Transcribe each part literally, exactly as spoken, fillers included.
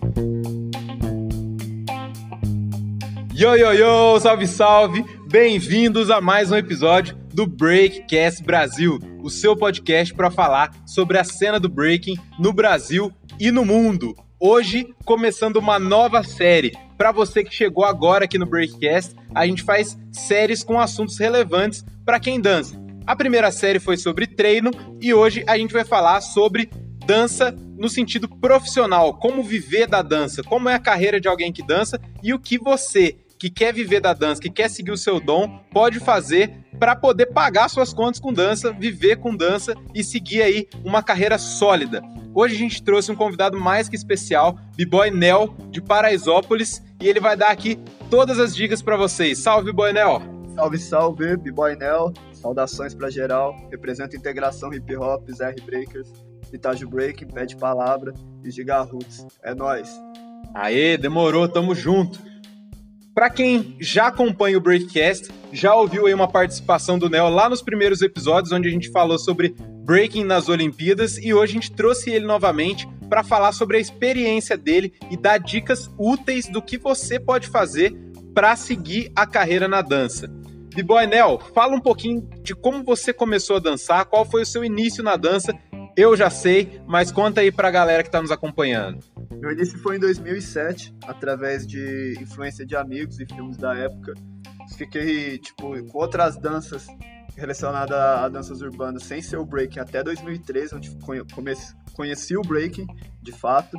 Yo, yo, yo, salve, salve! Bem-vindos a mais um episódio do Breakcast Brasil, o seu podcast para falar sobre a cena do breaking no Brasil e no mundo. Hoje, começando uma nova série. Para você que chegou agora aqui no Breakcast, a gente faz séries com assuntos relevantes para quem dança. A primeira série foi sobre treino e hoje a gente vai falar sobre dança no sentido profissional, como viver da dança, como é a carreira de alguém que dança e o que você que quer viver da dança, que quer seguir o seu dom, pode fazer para poder pagar suas contas com dança, viver com dança e seguir aí uma carreira sólida. Hoje a gente trouxe um convidado mais que especial, B-Boy Nel, de Paraisópolis, e ele vai dar aqui todas as dicas para vocês. Salve, B-Boy Nel! Salve, salve, B-Boy Nel, saudações pra geral, representa Integração Hip Hop, Z R Breakers, Vitágio Breaking, Pé de Palavra e Giga Roots. É nóis! Aê, demorou, tamo junto! Pra quem já acompanha o Breakcast, já ouviu aí uma participação do Nel lá nos primeiros episódios, onde a gente falou sobre breaking nas Olimpíadas, e hoje a gente trouxe ele novamente para falar sobre a experiência dele e dar dicas úteis do que você pode fazer para seguir a carreira na dança. B-Boy Nel, fala um pouquinho de como você começou a dançar, qual foi o seu início na dança. Eu já sei, mas conta aí pra galera que tá nos acompanhando. Meu início foi em dois mil e sete, através de influência de amigos e filmes da época. Fiquei, tipo, com outras danças relacionadas a danças urbanas, sem ser o breaking, até dois mil e treze, onde comece, conheci o breaking, de fato.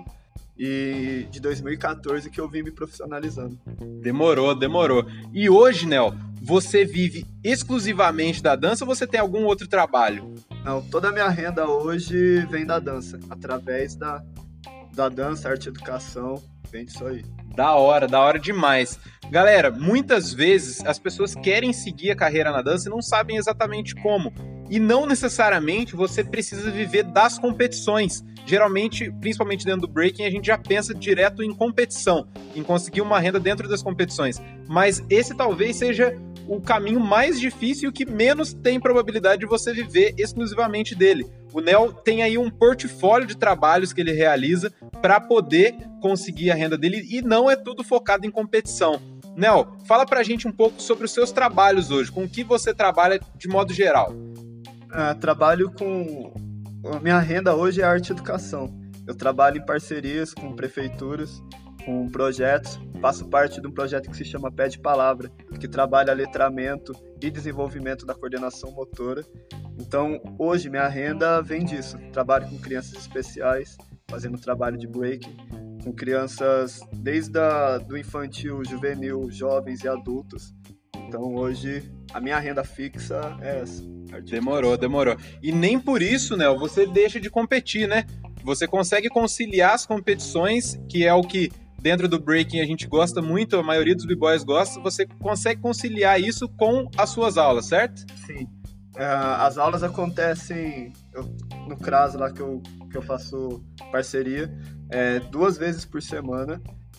E de dois mil e quatorze que eu vim me profissionalizando. Demorou, demorou. E hoje, Nel, você vive exclusivamente da dança ou você tem algum outro trabalho? Não, toda a minha renda hoje vem da dança, através da, da dança, arte e educação, vem disso aí. Da hora, da hora demais. Galera, muitas vezes as pessoas querem seguir a carreira na dança e não sabem exatamente como. E não necessariamente você precisa viver das competições. Geralmente, principalmente dentro do breaking, a gente já pensa direto em competição, em conseguir uma renda dentro das competições. Mas esse talvez seja o caminho mais difícil e o que menos tem probabilidade de você viver exclusivamente dele. O Nel tem aí um portfólio de trabalhos que ele realiza para poder conseguir a renda dele e não é tudo focado em competição. Nel, fala pra gente um pouco sobre os seus trabalhos hoje, com o que você trabalha de modo geral. Uh, trabalho com... A minha renda hoje é arte e educação. Eu trabalho em parcerias com prefeituras, com projetos. Faço parte de um projeto que se chama Pé de Palavra, que trabalha letramento e desenvolvimento da coordenação motora. Então, hoje, minha renda vem disso. Trabalho com crianças especiais, fazendo trabalho de breaking, com crianças desde a, do infantil, juvenil, jovens e adultos. Então, hoje, a minha renda fixa é essa. Demorou, demorou. E nem por isso, né, você deixa de competir, né? Você consegue conciliar as competições, que é o que dentro do breaking a gente gosta muito, a maioria dos b-boys gosta, você consegue conciliar isso com as suas aulas, certo? Sim. Uh, as aulas acontecem eu, no CRAS lá que eu, que eu faço parceria, é, duas vezes por semana.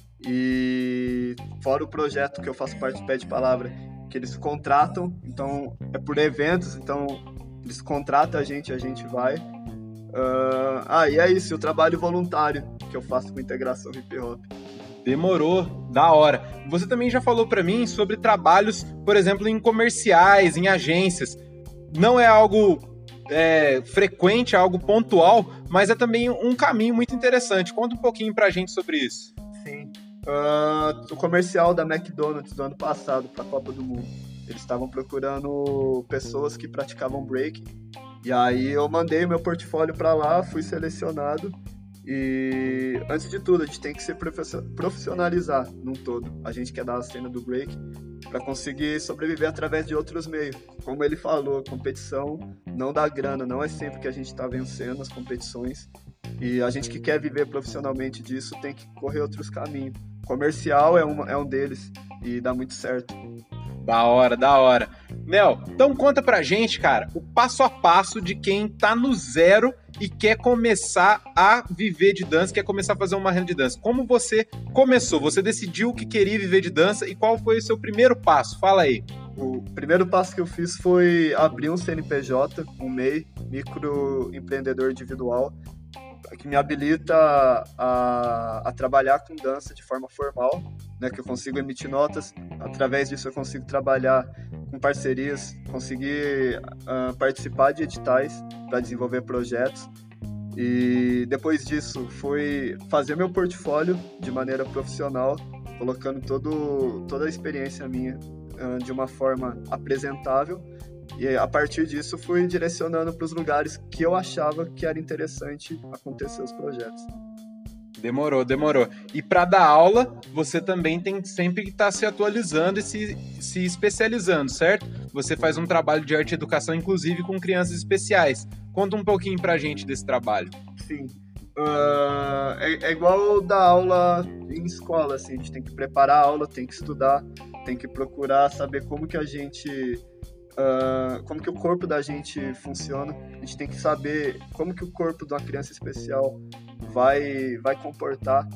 E fora o projeto que eu faço parte do Pé de Palavra, que eles contratam, então é por eventos, então eles contratam a gente, a gente vai. Uh, ah, e é isso, o trabalho voluntário que eu faço com Integração Hip Hop. Demorou, da hora. Você também já falou pra mim sobre trabalhos, por exemplo, em comerciais, em agências. Não é algo é, frequente, é algo pontual, mas é também um caminho muito interessante. Conta um pouquinho pra gente sobre isso. Sim. Uh, o comercial da McDonald's do ano passado para a Copa do Mundo. Eles estavam procurando pessoas que praticavam breaking. E aí eu mandei meu portfólio para lá, fui selecionado. E antes de tudo, a gente tem que se profissionalizar num todo. A gente quer dar a cena do break para conseguir sobreviver através de outros meios. Como ele falou, competição não dá grana, não é sempre que a gente está vencendo as competições. E a gente que quer viver profissionalmente disso tem que correr outros caminhos. Comercial é, uma, é um deles e dá muito certo. Da hora, da hora. Nel, então conta pra gente, cara, o passo a passo de quem tá no zero e quer começar a viver de dança, quer começar a fazer uma renda de dança. Como você começou? Você decidiu que queria viver de dança e qual foi o seu primeiro passo? Fala aí. O primeiro passo que eu fiz foi abrir um C N P J, um M E I, microempreendedor individual. que me habilita a, a trabalhar com dança de forma formal, né, que eu consigo emitir notas, através disso eu consigo trabalhar com parcerias, conseguir uh, participar de editais para desenvolver projetos, e depois disso fui fazer meu portfólio de maneira profissional, colocando todo, toda a experiência minha uh, de uma forma apresentável, e a partir disso fui direcionando para os lugares que eu achava que era interessante acontecer os projetos. Demorou, demorou. E para dar aula, você também tem sempre que estar tá se atualizando e se, se especializando, certo? Você faz um trabalho de arte e educação, inclusive com crianças especiais. Conta um pouquinho pra gente desse trabalho. Sim. Uh, é, é igual dar aula em escola, assim. A gente tem que preparar a aula, tem que estudar, tem que procurar saber como que a gente... Uh, como que o corpo da gente funciona. A gente tem que saber como que o corpo de uma criança especial vai, vai comportar.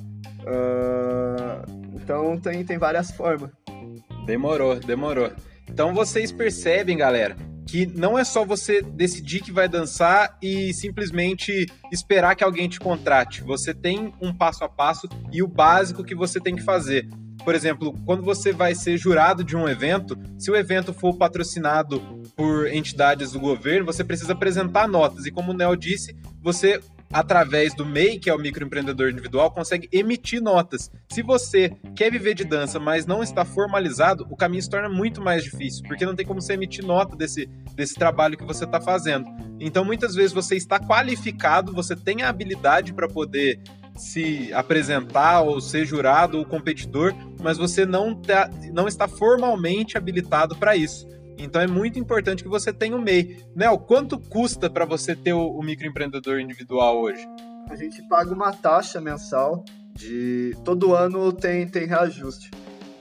Uh, então tem, tem várias formas. Demorou, demorou. Então vocês percebem, galera, que não é só você decidir que vai dançar e simplesmente esperar que alguém te contrate. Você tem um passo a passo e o básico que você tem que fazer. Por exemplo, quando você vai ser jurado de um evento, se o evento for patrocinado por entidades do governo, você precisa apresentar notas. E como o Nel disse, você, através do M E I, que é o microempreendedor individual, consegue emitir notas. Se você quer viver de dança, mas não está formalizado, o caminho se torna muito mais difícil, porque não tem como você emitir nota desse, desse trabalho que você está fazendo. Então, muitas vezes você está qualificado, você tem a habilidade para poder se apresentar ou ser jurado ou competidor, mas você não, tá, não está formalmente habilitado para isso. Então é muito importante que você tenha o M E I. Nel, quanto custa para você ter o, o microempreendedor individual hoje? A gente paga uma taxa mensal, de todo ano tem, tem reajuste.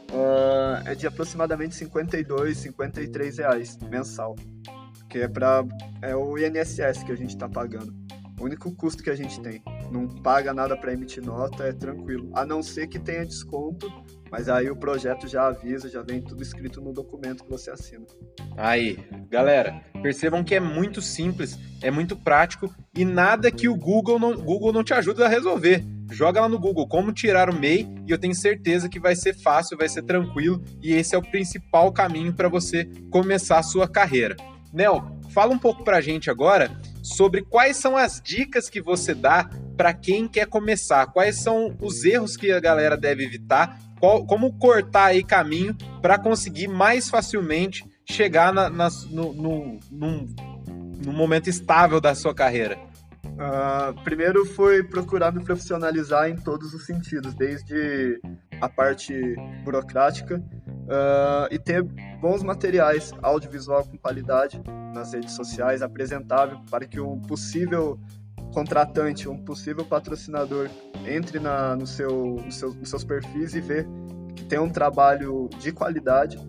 Uh, é de aproximadamente cinquenta e dois, cinquenta e três reais mensal, que é, pra, é o I N S S que a gente está pagando. O único custo que a gente tem. Não paga nada para emitir nota, é tranquilo. A não ser que tenha desconto, mas aí o projeto já avisa, já vem tudo escrito no documento que você assina. Aí, galera, percebam que é muito simples, é muito prático e nada que o Google não, Google não te ajuda a resolver. Joga lá no Google como tirar o M E I e eu tenho certeza que vai ser fácil, vai ser tranquilo e esse é o principal caminho para você começar a sua carreira. Nel, fala um pouco pra gente agora sobre quais são as dicas que você dá para quem quer começar, quais são os erros que a galera deve evitar, qual, como cortar aí caminho para conseguir mais facilmente chegar na, na, no, no, num, num momento estável da sua carreira. Uh, primeiro foi procurar me profissionalizar em todos os sentidos, desde a parte burocrática uh, e ter bons materiais audiovisual com qualidade nas redes sociais, apresentável, para que um possível contratante, um possível patrocinador entre na, no seu, no seu, nos seus perfis e ver que tem um trabalho de qualidade,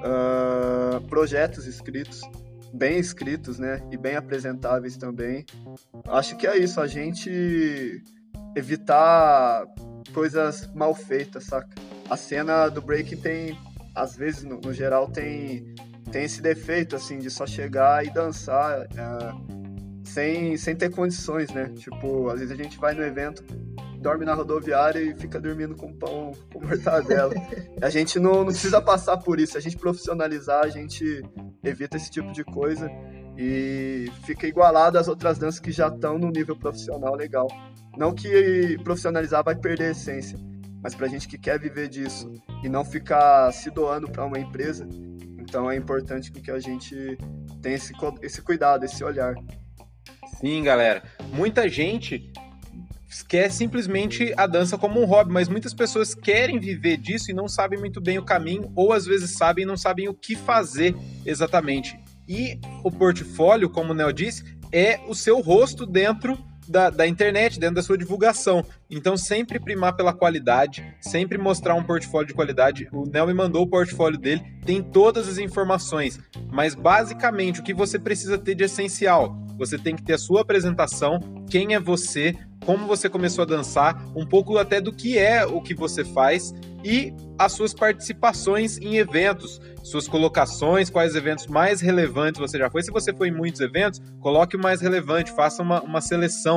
uh, projetos escritos, bem escritos, né, e bem apresentáveis também. Acho que é isso, a gente evitar coisas mal feitas, saca? A cena do breaking tem, às vezes, no, no geral, tem, tem esse defeito, assim, de só chegar e dançar é, sem, sem ter condições, né? Tipo, às vezes a gente vai no evento, dorme na rodoviária e fica dormindo com pão, com mortadela. A gente não, não precisa passar por isso. Se a gente profissionalizar, a gente evita esse tipo de coisa e fica igualado às outras danças que já estão no nível profissional legal. Não que profissionalizar vai perder a essência, mas pra gente que quer viver disso e não ficar se doando para uma empresa, então é importante que a gente tenha esse, esse cuidado, esse olhar. Sim, galera. Muita gente quer simplesmente a dança como um hobby, mas muitas pessoas querem viver disso e não sabem muito bem o caminho, ou às vezes sabem e não sabem o que fazer exatamente. E o portfólio, como o Nel disse, é o seu rosto dentro da, da internet, dentro da sua divulgação. Então sempre primar pela qualidade, sempre mostrar um portfólio de qualidade. O Nel me mandou o portfólio dele, tem todas as informações, mas basicamente o que você precisa ter de essencial? Você tem que ter a sua apresentação, quem é você, como você começou a dançar, um pouco até do que é o que você faz e as suas participações em eventos, suas colocações, quais eventos mais relevantes você já foi. Se você foi em muitos eventos, coloque o mais relevante, faça uma, uma seleção,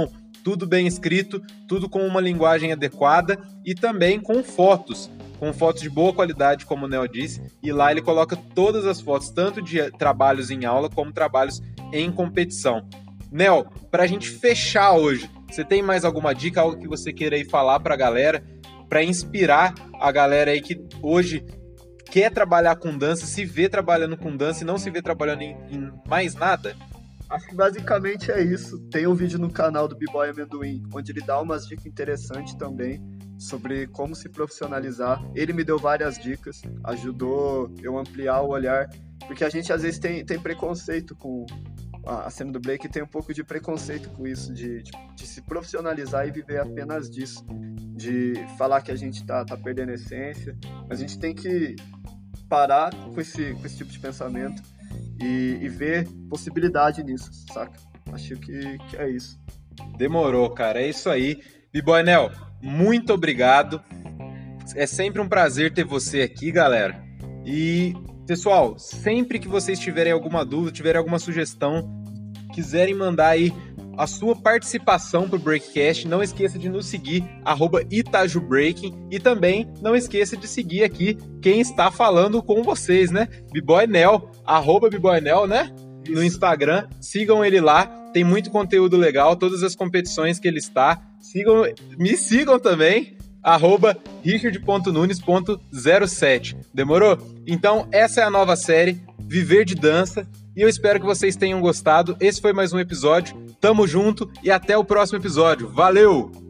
tudo bem escrito, tudo com uma linguagem adequada e também com fotos, com fotos de boa qualidade, como o Nel disse, e lá ele coloca todas as fotos, tanto de trabalhos em aula como trabalhos em competição. Nel, para a gente fechar hoje, você tem mais alguma dica, algo que você queira aí falar para a galera, para inspirar a galera aí que hoje quer trabalhar com dança, se vê trabalhando com dança e não se vê trabalhando em, em mais nada? Acho que basicamente é isso. Tem um vídeo no canal do B-Boy Amendoim, onde ele dá umas dicas interessantes também sobre como se profissionalizar. Ele me deu várias dicas, ajudou eu ampliar o olhar, porque a gente às vezes tem, tem preconceito com a cena do break, tem um pouco de preconceito com isso, de, de, de se profissionalizar e viver apenas disso, de falar que a gente tá, tá perdendo a essência. A gente tem que parar com esse, com esse tipo de pensamento e, e ver possibilidade nisso, saca? Acho que, que é isso. Demorou, cara, é isso aí. B-Boy Nel, muito obrigado. É sempre um prazer ter você aqui, galera. E pessoal, sempre que vocês tiverem alguma dúvida, tiverem alguma sugestão, quiserem mandar aí a sua participação pro Breakcast, não esqueça de nos seguir, arroba itajubreaking, e também não esqueça de seguir aqui quem está falando com vocês, né? B-Boy Nel, arroba B-Boy Nel, né? Isso. No Instagram, sigam ele lá, tem muito conteúdo legal, todas as competições que ele está, sigam, me sigam também, arroba richard ponto nunes ponto zero sete. Demorou? Então, essa é a nova série, Viver de Dança, e eu espero que vocês tenham gostado. Esse foi mais um episódio. Tamo junto e até o próximo episódio. Valeu!